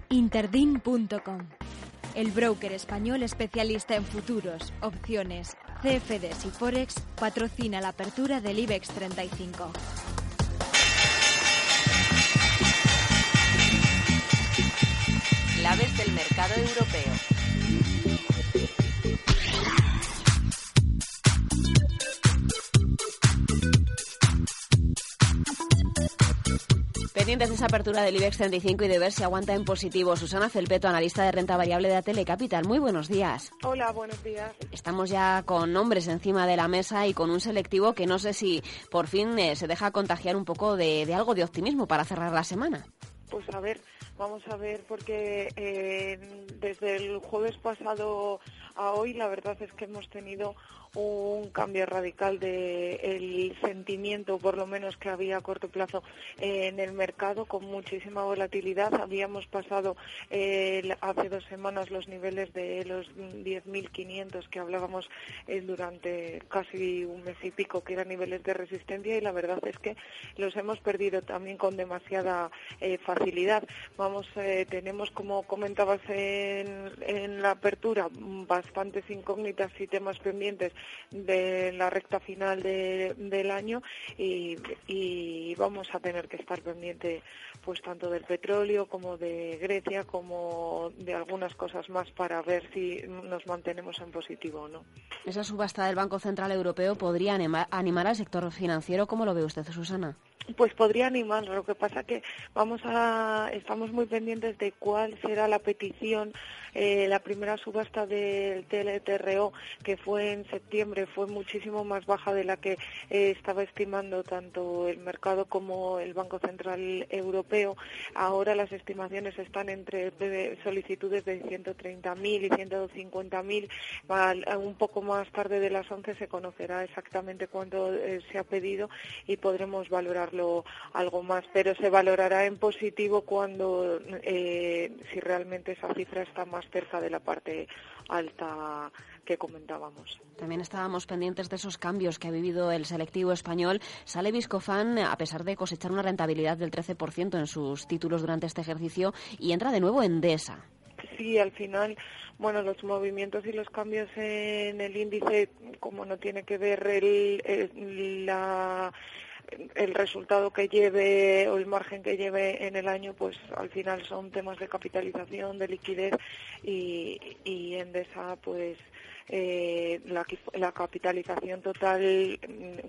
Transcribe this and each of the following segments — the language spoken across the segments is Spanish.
Interdin.com, el broker español especialista en futuros, opciones, CFDs y Forex, patrocina la apertura del IBEX 35. Claves del mercado europeo. Pendientes de esa apertura del IBEX 35 y de ver si aguanta en positivo. Susana Felpeto, analista de renta variable de ATL Capital. Muy buenos días. Hola, buenos días. Estamos ya con nombres encima de la mesa y con un selectivo que no sé si por fin se deja contagiar un poco de algo de optimismo para cerrar la semana. Pues a ver, vamos a ver, porque desde el jueves pasado a hoy la verdad es que hemos tenido un cambio radical del sentimiento, por lo menos que había a corto plazo en el mercado, con muchísima volatilidad. Habíamos pasado hace 2 semanas los niveles de los 10.500 que hablábamos durante casi un mes y pico, que eran niveles de resistencia, y la verdad es que los hemos perdido también con demasiada facilidad. Tenemos, como comentabas en la apertura, bastantes incógnitas y temas pendientes de la recta final del año, y vamos a tener que estar pendiente pues tanto del petróleo como de Grecia como de algunas cosas más para ver si nos mantenemos en positivo o no. Esa subasta del Banco Central Europeo podría animar al sector financiero. ¿Cómo lo ve usted, Susana? Pues podría animar, lo que pasa que estamos muy pendientes de cuál será la petición. La primera subasta del TLTRO, que fue en septiembre, fue muchísimo más baja de la que estaba estimando tanto el mercado como el Banco Central Europeo. Ahora las estimaciones están entre solicitudes de 130.000 y 150.000. Un poco más tarde de las 11 se conocerá exactamente cuánto se ha pedido y podremos valorarlo algo más, pero se valorará en positivo cuando si realmente esa cifra está más cerca de la parte alta que comentábamos. También estábamos pendientes de esos cambios que ha vivido el selectivo español. Sale Viscofan, a pesar de cosechar una rentabilidad del 13% en sus títulos durante este ejercicio, y entra de nuevo Endesa. Sí, al final, bueno, los movimientos y los cambios en el índice, como no tiene que ver el resultado que lleve o el margen que lleve en el año, pues al final son temas de capitalización, de liquidez, y Endesa pues la capitalización total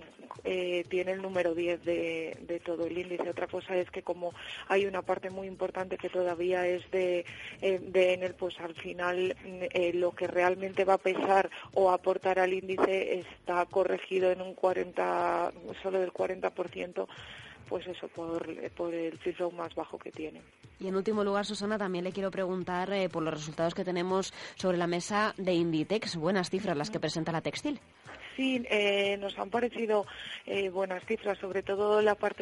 tiene el número 10 de todo el índice. Otra cosa es que como hay una parte muy importante que todavía es de Enel, pues al final lo que realmente va a pesar o aportar al índice está corregido en un 40, solo del 40%, pues eso, por el free float más bajo que tiene. Y en último lugar, Susana, también le quiero preguntar por los resultados que tenemos sobre la mesa de Inditex. Buenas cifras las que presenta la textil. Sí, nos han parecido buenas cifras, sobre todo la parte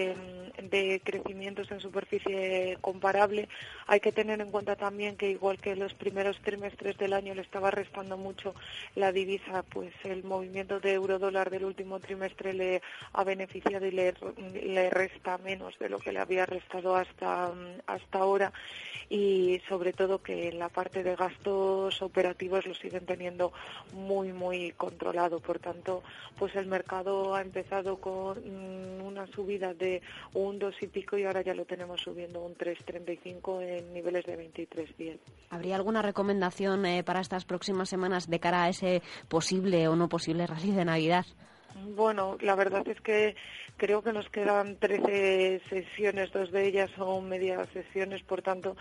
de crecimientos en superficie comparable. Hay que tener en cuenta también que, igual que los primeros trimestres del año le estaba restando mucho la divisa, pues el movimiento de euro-dólar del último trimestre le ha beneficiado y le resta menos de lo que le había restado hasta ahora, y sobre todo que en la parte de gastos operativos lo siguen teniendo muy, muy controlado. Por tanto, pues el mercado ha empezado con una subida de un 2 y pico y ahora ya lo tenemos subiendo un 3,35 en niveles de 23,10. ¿Habría alguna recomendación para estas próximas semanas de cara a ese posible o no posible rally de Navidad? Bueno, la verdad es que creo que nos quedan 13 sesiones, 2 de ellas son medias sesiones, por tanto,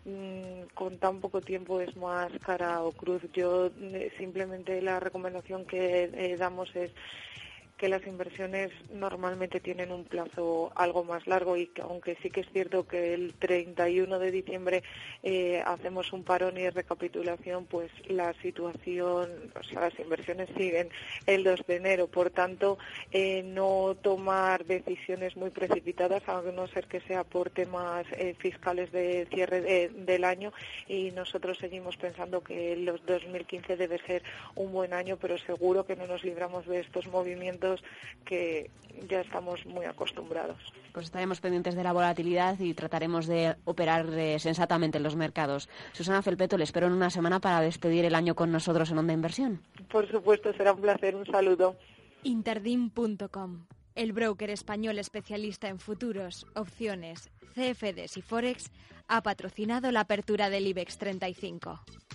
con tan poco tiempo es más cara o cruz. Yo simplemente la recomendación que damos es que las inversiones normalmente tienen un plazo algo más largo, y que aunque sí que es cierto que el 31 de diciembre hacemos un parón y recapitulación, pues la situación, o sea, las inversiones siguen el 2 de enero. Por tanto, no tomar decisiones muy precipitadas, a no ser que sea por temas fiscales de cierre del año, y nosotros seguimos pensando que el 2015 debe ser un buen año, pero seguro que no nos libramos de estos movimientos movimientos que ya estamos muy acostumbrados. Pues estaremos pendientes de la volatilidad y trataremos de operar sensatamente en los mercados. Susana Felpeto, le espero en una semana para despedir el año con nosotros en Onda Inversión. Por supuesto, será un placer. Un saludo. Interdim.com, el broker español especialista en futuros, opciones, CFDs y Forex, ha patrocinado la apertura del IBEX 35.